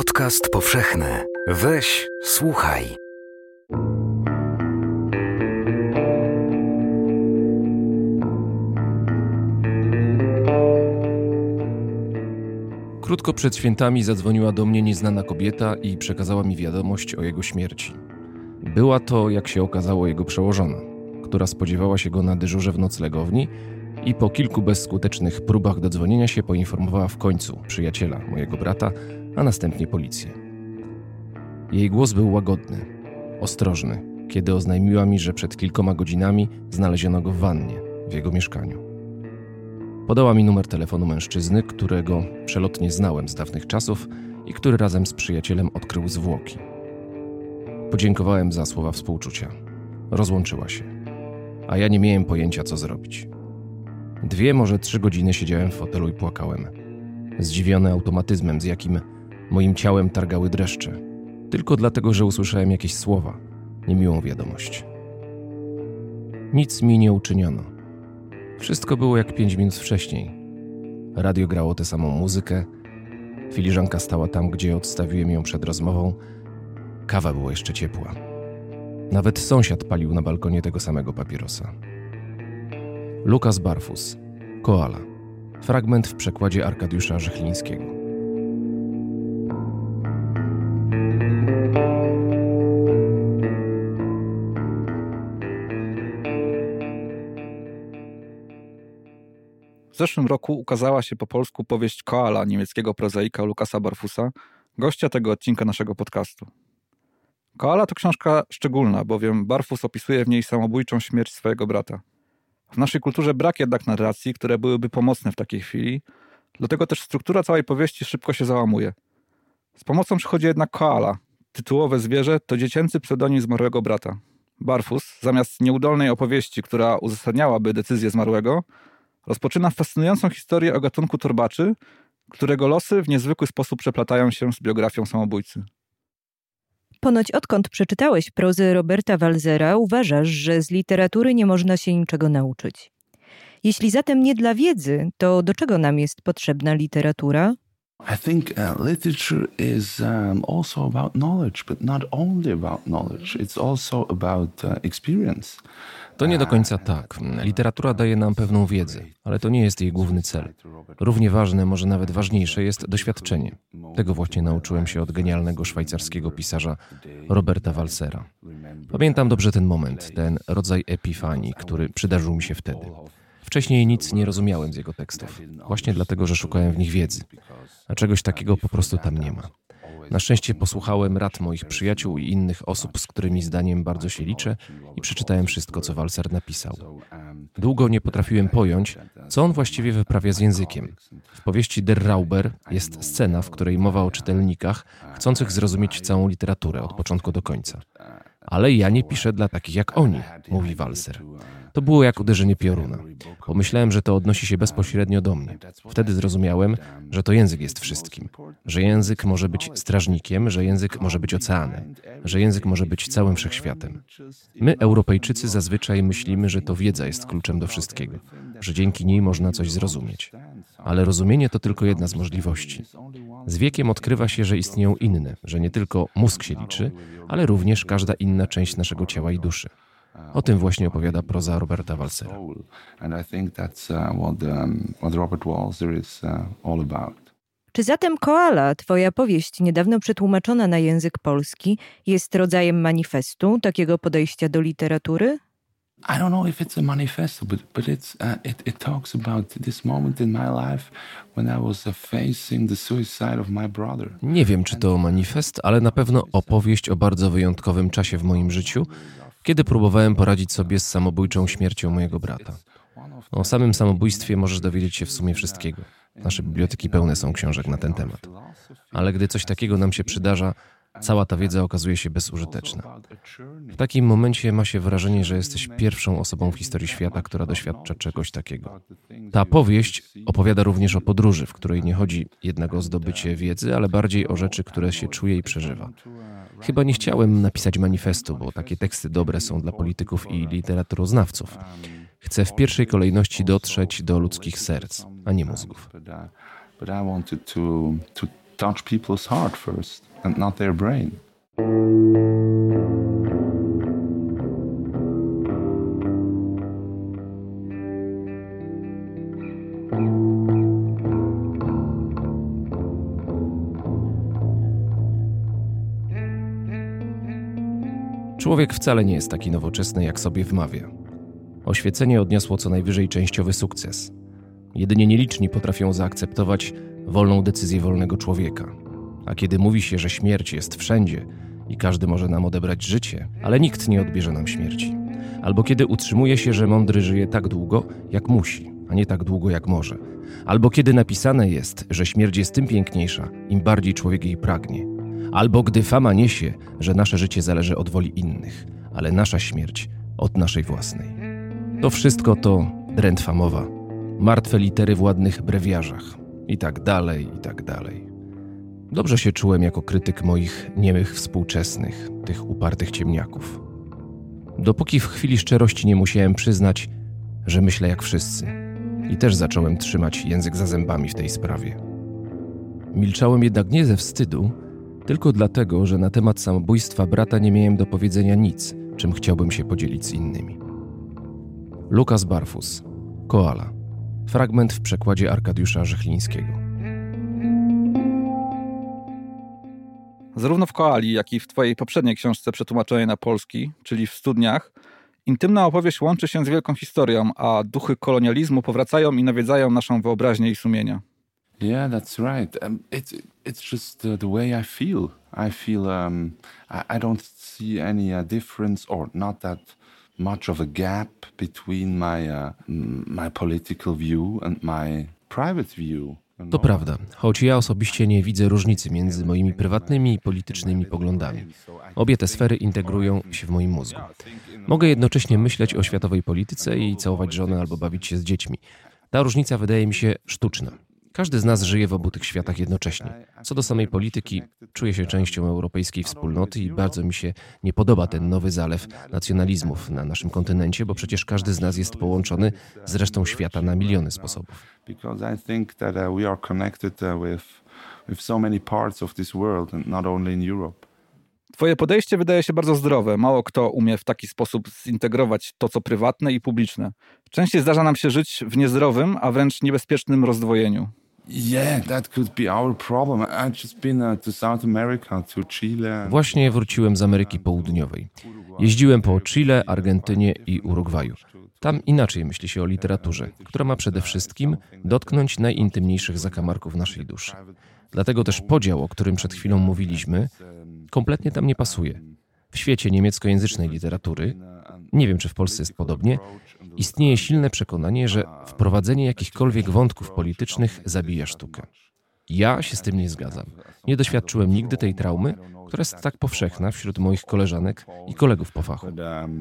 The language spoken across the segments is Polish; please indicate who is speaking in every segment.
Speaker 1: Podcast powszechny. Weź, słuchaj.
Speaker 2: Krótko przed świętami zadzwoniła do mnie nieznana kobieta i przekazała mi wiadomość o jego śmierci. Była to, jak się okazało, jego przełożona, która spodziewała się go na dyżurze w noclegowni i po kilku bezskutecznych próbach dodzwonienia się poinformowała w końcu przyjaciela mojego brata, a następnie policję. Jej głos był łagodny, ostrożny, kiedy oznajmiła mi, że przed kilkoma godzinami znaleziono go w wannie w jego mieszkaniu. Podała mi numer telefonu mężczyzny, którego przelotnie znałem z dawnych czasów i który razem z przyjacielem odkrył zwłoki. Podziękowałem za słowa współczucia. Rozłączyła się, a ja nie miałem pojęcia, co zrobić. 2, może 3 godziny siedziałem w fotelu i płakałem. Zdziwiony automatyzmem, z jakim moim ciałem targały dreszcze. Tylko dlatego, że usłyszałem jakieś słowa, niemiłą wiadomość. Nic mi nie uczyniono. Wszystko było jak 5 minut wcześniej. Radio grało tę samą muzykę, filiżanka stała tam, gdzie odstawiłem ją przed rozmową, kawa była jeszcze ciepła. Nawet sąsiad palił na balkonie tego samego papierosa. Lukas Barfus, Koala. Fragment w przekładzie Arkadiusza Rzechlińskiego.
Speaker 3: W zeszłym roku ukazała się po polsku powieść Koala niemieckiego prozaika Lukasa Barfusa, gościa tego odcinka naszego podcastu. Koala to książka szczególna, bowiem Barfus opisuje w niej samobójczą śmierć swojego brata. W naszej kulturze brak jednak narracji, które byłyby pomocne w takiej chwili, dlatego też struktura całej powieści szybko się załamuje. Z pomocą przychodzi jednak Koala. Tytułowe zwierzę to dziecięcy pseudonim zmarłego brata. Barfus, zamiast nieudolnej opowieści, która uzasadniałaby decyzję zmarłego, rozpoczyna fascynującą historię o gatunku torbaczy, którego losy w niezwykły sposób przeplatają się z biografią samobójcy.
Speaker 4: Ponoć odkąd przeczytałeś prozę Roberta Walsera, uważasz, że z literatury nie można się niczego nauczyć. Jeśli zatem nie dla wiedzy, to do czego nam jest potrzebna literatura?
Speaker 5: I think literature is also about knowledge, but not only about knowledge. It's also about experience.
Speaker 2: To nie do końca tak. Literatura daje nam pewną wiedzę, ale to nie jest jej główny cel. Równie ważne, może nawet ważniejsze jest doświadczenie. Tego właśnie nauczyłem się od genialnego szwajcarskiego pisarza Roberta Walsera. Pamiętam dobrze ten moment, ten rodzaj epifanii, który przydarzył mi się wtedy. Wcześniej nic nie rozumiałem z jego tekstów, właśnie dlatego, że szukałem w nich wiedzy, a czegoś takiego po prostu tam nie ma. Na szczęście posłuchałem rad moich przyjaciół i innych osób, z którymi zdaniem bardzo się liczę i przeczytałem wszystko, co Walser napisał. Długo nie potrafiłem pojąć, co on właściwie wyprawia z językiem. W powieści Der Rauber jest scena, w której mowa o czytelnikach chcących zrozumieć całą literaturę od początku do końca. Ale ja nie piszę dla takich jak oni, mówi Walser. To było jak uderzenie pioruna. Pomyślałem, że to odnosi się bezpośrednio do mnie. Wtedy zrozumiałem, że to język jest wszystkim. Że język może być strażnikiem, że język może być oceanem, że język może być całym wszechświatem. My, Europejczycy, zazwyczaj myślimy, że to wiedza jest kluczem do wszystkiego, że dzięki niej można coś zrozumieć. Ale rozumienie to tylko jedna z możliwości. Z wiekiem odkrywa się, że istnieją inne, że nie tylko mózg się liczy, ale również każda inna część naszego ciała i duszy. O tym właśnie opowiada proza Roberta Walsera.
Speaker 4: Czy zatem Koala, twoja powieść niedawno przetłumaczona na język polski, jest rodzajem manifestu takiego podejścia do literatury?
Speaker 5: I don't know if it's a manifesto, but it talks about this moment in my life when I was facing the suicide of my brother.
Speaker 2: Nie wiem, czy to manifest, ale na pewno opowieść o bardzo wyjątkowym czasie w moim życiu, kiedy próbowałem poradzić sobie z samobójczą śmiercią mojego brata. O samym samobójstwie możesz dowiedzieć się w sumie wszystkiego. Nasze biblioteki pełne są książek na ten temat. Ale gdy coś takiego nam się przydarza, cała ta wiedza okazuje się bezużyteczna. W takim momencie ma się wrażenie, że jesteś pierwszą osobą w historii świata, która doświadcza czegoś takiego. Ta powieść opowiada również o podróży, w której nie chodzi jednak o zdobycie wiedzy, ale bardziej o rzeczy, które się czuje i przeżywa. Chyba nie chciałem napisać manifestu, bo takie teksty dobre są dla polityków i literaturoznawców. Chcę w pierwszej kolejności dotrzeć do ludzkich serc, a nie mózgów.
Speaker 5: But I wanted to touch people's heart first and not their brain.
Speaker 2: Człowiek wcale nie jest taki nowoczesny, jak sobie wmawia. Oświecenie odniosło co najwyżej częściowy sukces. Jedynie nieliczni potrafią zaakceptować wolną decyzję wolnego człowieka. A kiedy mówi się, że śmierć jest wszędzie i każdy może nam odebrać życie, ale nikt nie odbierze nam śmierci. Albo kiedy utrzymuje się, że mądry żyje tak długo, jak musi, a nie tak długo, jak może. Albo kiedy napisane jest, że śmierć jest tym piękniejsza, im bardziej człowiek jej pragnie. Albo gdy fama niesie, że nasze życie zależy od woli innych, ale nasza śmierć od naszej własnej. To wszystko to drętwa mowa, martwe litery w ładnych brewiarzach i tak dalej, i tak dalej. Dobrze się czułem jako krytyk moich niemych współczesnych, tych upartych ciemniaków. Dopóki w chwili szczerości nie musiałem przyznać, że myślę jak wszyscy. I też zacząłem trzymać język za zębami w tej sprawie. Milczałem jednak nie ze wstydu, tylko dlatego, że na temat samobójstwa brata nie miałem do powiedzenia nic, czym chciałbym się podzielić z innymi. Lukas Barfus, Koala. Fragment w przekładzie Arkadiusza Rzechlińskiego.
Speaker 3: Zarówno w Koali, jak i w twojej poprzedniej książce przetłumaczonej na polski, czyli w Studniach, intymna opowieść łączy się z wielką historią, a duchy kolonializmu powracają i nawiedzają naszą wyobraźnię i sumienia.
Speaker 5: Yeah, that's right. It's just the way I feel. I don't see any difference or not that much of a gap between my political view and my private view.
Speaker 2: To prawda, choć ja osobiście nie widzę różnicy między moimi prywatnymi i politycznymi poglądami. Obie te sfery integrują się w moim mózgu. Mogę jednocześnie myśleć o światowej polityce i całować żonę albo bawić się z dziećmi. Ta różnica wydaje mi się sztuczna. Każdy z nas żyje w obu tych światach jednocześnie. Co do samej polityki, czuję się częścią europejskiej wspólnoty i bardzo mi się nie podoba ten nowy zalew nacjonalizmów na naszym kontynencie, bo przecież każdy z nas jest połączony z resztą świata na miliony sposobów.
Speaker 5: Because I think that we are connected with so many parts of this world and not only in Europe.
Speaker 3: Twoje podejście wydaje się bardzo zdrowe. Mało kto umie w taki sposób zintegrować to, co prywatne i publiczne. Częściej zdarza nam się żyć w niezdrowym, a wręcz niebezpiecznym rozdwojeniu.
Speaker 5: Yeah, that could be our problem. I've just been to South America, to Chile.
Speaker 2: Właśnie wróciłem z Ameryki Południowej. Jeździłem po Chile, Argentynie i Urugwaju. Tam inaczej myśli się o literaturze, która ma przede wszystkim dotknąć najintymniejszych zakamarków naszej duszy. Dlatego też podział, o którym przed chwilą mówiliśmy, kompletnie tam nie pasuje. W świecie niemieckojęzycznej literatury, nie wiem czy w Polsce jest podobnie, istnieje silne przekonanie, że wprowadzenie jakichkolwiek wątków politycznych zabija sztukę. Ja się z tym nie zgadzam. Nie doświadczyłem nigdy tej traumy, która jest tak powszechna wśród moich koleżanek i kolegów po fachu.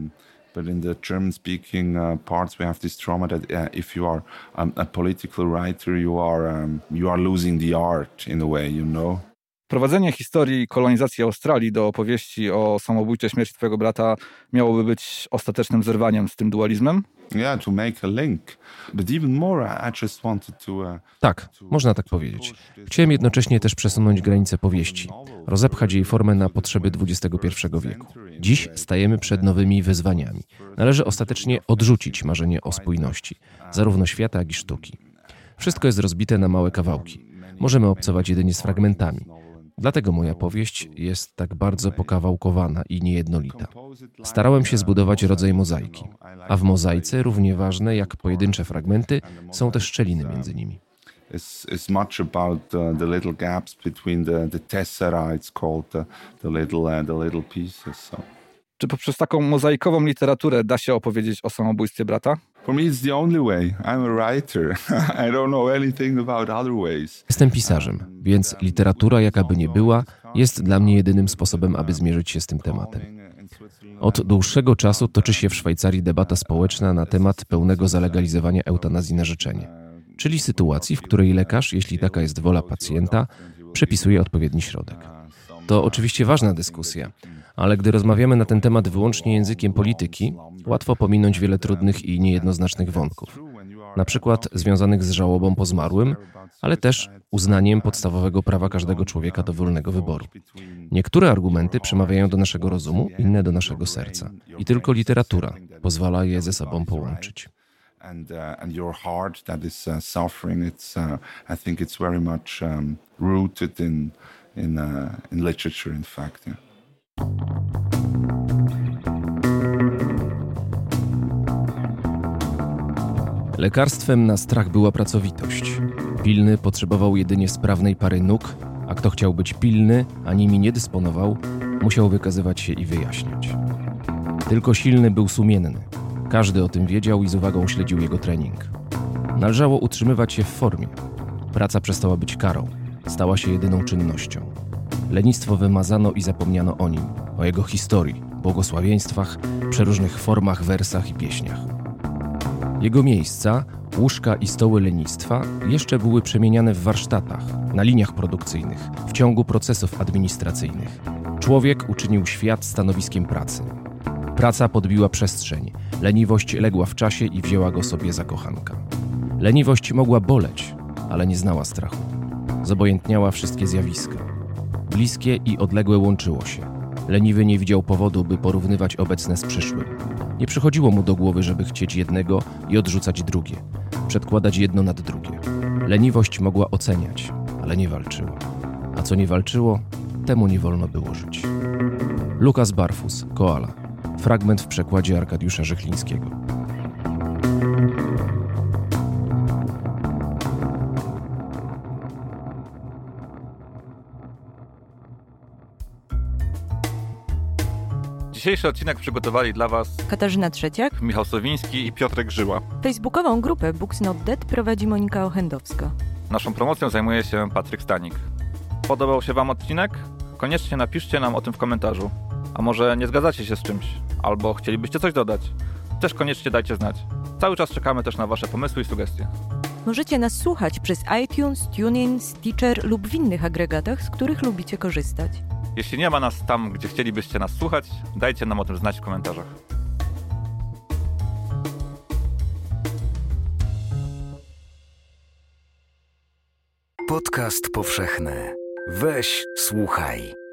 Speaker 5: But in the German-speaking parts, we have this trauma that if you are a political writer, you are losing the art in a way, you know.
Speaker 3: Prowadzenie historii kolonizacji Australii do opowieści o samobójczej śmierci twojego brata miałoby być ostatecznym zerwaniem z tym dualizmem?
Speaker 5: Yeah, to make a link. But even more, I just wanted to...
Speaker 2: Tak, można tak powiedzieć. Chciałem jednocześnie też przesunąć granice powieści, rozepchać jej formę na potrzeby XXI wieku. Dziś stajemy przed nowymi wyzwaniami. Należy ostatecznie odrzucić marzenie o spójności, zarówno świata, jak i sztuki. Wszystko jest rozbite na małe kawałki. Możemy obcować jedynie z fragmentami. Dlatego moja powieść jest tak bardzo pokawałkowana i niejednolita. Starałem się zbudować rodzaj mozaiki, a w mozaice równie ważne jak pojedyncze fragmenty są też szczeliny między nimi.
Speaker 5: It's much about the little gaps between the tessera, it's called the little pieces. So.
Speaker 3: Czy poprzez taką mozaikową literaturę da się opowiedzieć o samobójstwie brata?
Speaker 5: For me it's the only way. I'm a writer. I don't know anything about other ways.
Speaker 2: Jestem pisarzem, więc literatura, jaka by nie była, jest dla mnie jedynym sposobem, aby zmierzyć się z tym tematem. Od dłuższego czasu toczy się w Szwajcarii debata społeczna na temat pełnego zalegalizowania eutanazji na życzenie, czyli sytuacji, w której lekarz, jeśli taka jest wola pacjenta, przepisuje odpowiedni środek. To oczywiście ważna dyskusja, ale gdy rozmawiamy na ten temat wyłącznie językiem polityki, łatwo pominąć wiele trudnych i niejednoznacznych wątków. na przykład związanych z żałobą po zmarłym, ale też uznaniem podstawowego prawa każdego człowieka do wolnego wyboru. Niektóre argumenty przemawiają do naszego rozumu, inne do naszego serca. I tylko literatura pozwala je ze sobą połączyć.
Speaker 5: And your heart that is suffering, I think it's very much rooted in literature, in fact. Yeah.
Speaker 2: Lekarstwem na strach była pracowitość. Pilny potrzebował jedynie sprawnej pary nóg, a kto chciał być pilny, a nimi nie dysponował, musiał wykazywać się i wyjaśniać. Tylko silny był sumienny. Każdy o tym wiedział i z uwagą śledził jego trening. Należało utrzymywać się w formie. Praca przestała być karą, stała się jedyną czynnością. Lenistwo wymazano i zapomniano o nim, o jego historii, błogosławieństwach, przeróżnych formach, wersach i pieśniach. Jego miejsca, łóżka i stoły lenistwa jeszcze były przemieniane w warsztatach, na liniach produkcyjnych, w ciągu procesów administracyjnych. Człowiek uczynił świat stanowiskiem pracy. Praca podbiła przestrzeń, leniwość legła w czasie i wzięła go sobie za kochanka. Leniwość mogła boleć, ale nie znała strachu. Zobojętniała wszystkie zjawiska. Bliskie i odległe łączyło się. Leniwy nie widział powodu, by porównywać obecne z przyszłym. Nie przychodziło mu do głowy, żeby chcieć jednego i odrzucać drugie, przedkładać jedno nad drugie. Leniwość mogła oceniać, ale nie walczyła. A co nie walczyło, temu nie wolno było żyć. Lukas Barfus, Koala. Fragment w przekładzie Arkadiusza Rzechlińskiego.
Speaker 3: Dzisiejszy odcinek przygotowali dla Was
Speaker 4: Katarzyna Trzeciak,
Speaker 3: Michał Sowiński i Piotrek Żyła.
Speaker 4: Facebookową grupę Books Not Dead prowadzi Monika Ochendowska.
Speaker 3: Naszą promocją zajmuje się Patryk Stanik. Podobał się Wam odcinek? Koniecznie napiszcie nam o tym w komentarzu. A może nie zgadzacie się z czymś? Albo chcielibyście coś dodać? Też koniecznie dajcie znać. Cały czas czekamy też na Wasze pomysły i sugestie.
Speaker 4: Możecie nas słuchać przez iTunes, TuneIn, Stitcher lub w innych agregatach, z których lubicie korzystać.
Speaker 3: Jeśli nie ma nas tam, gdzie chcielibyście nas słuchać, dajcie nam o tym znać w komentarzach.
Speaker 1: Podcast powszechny. Weź, słuchaj.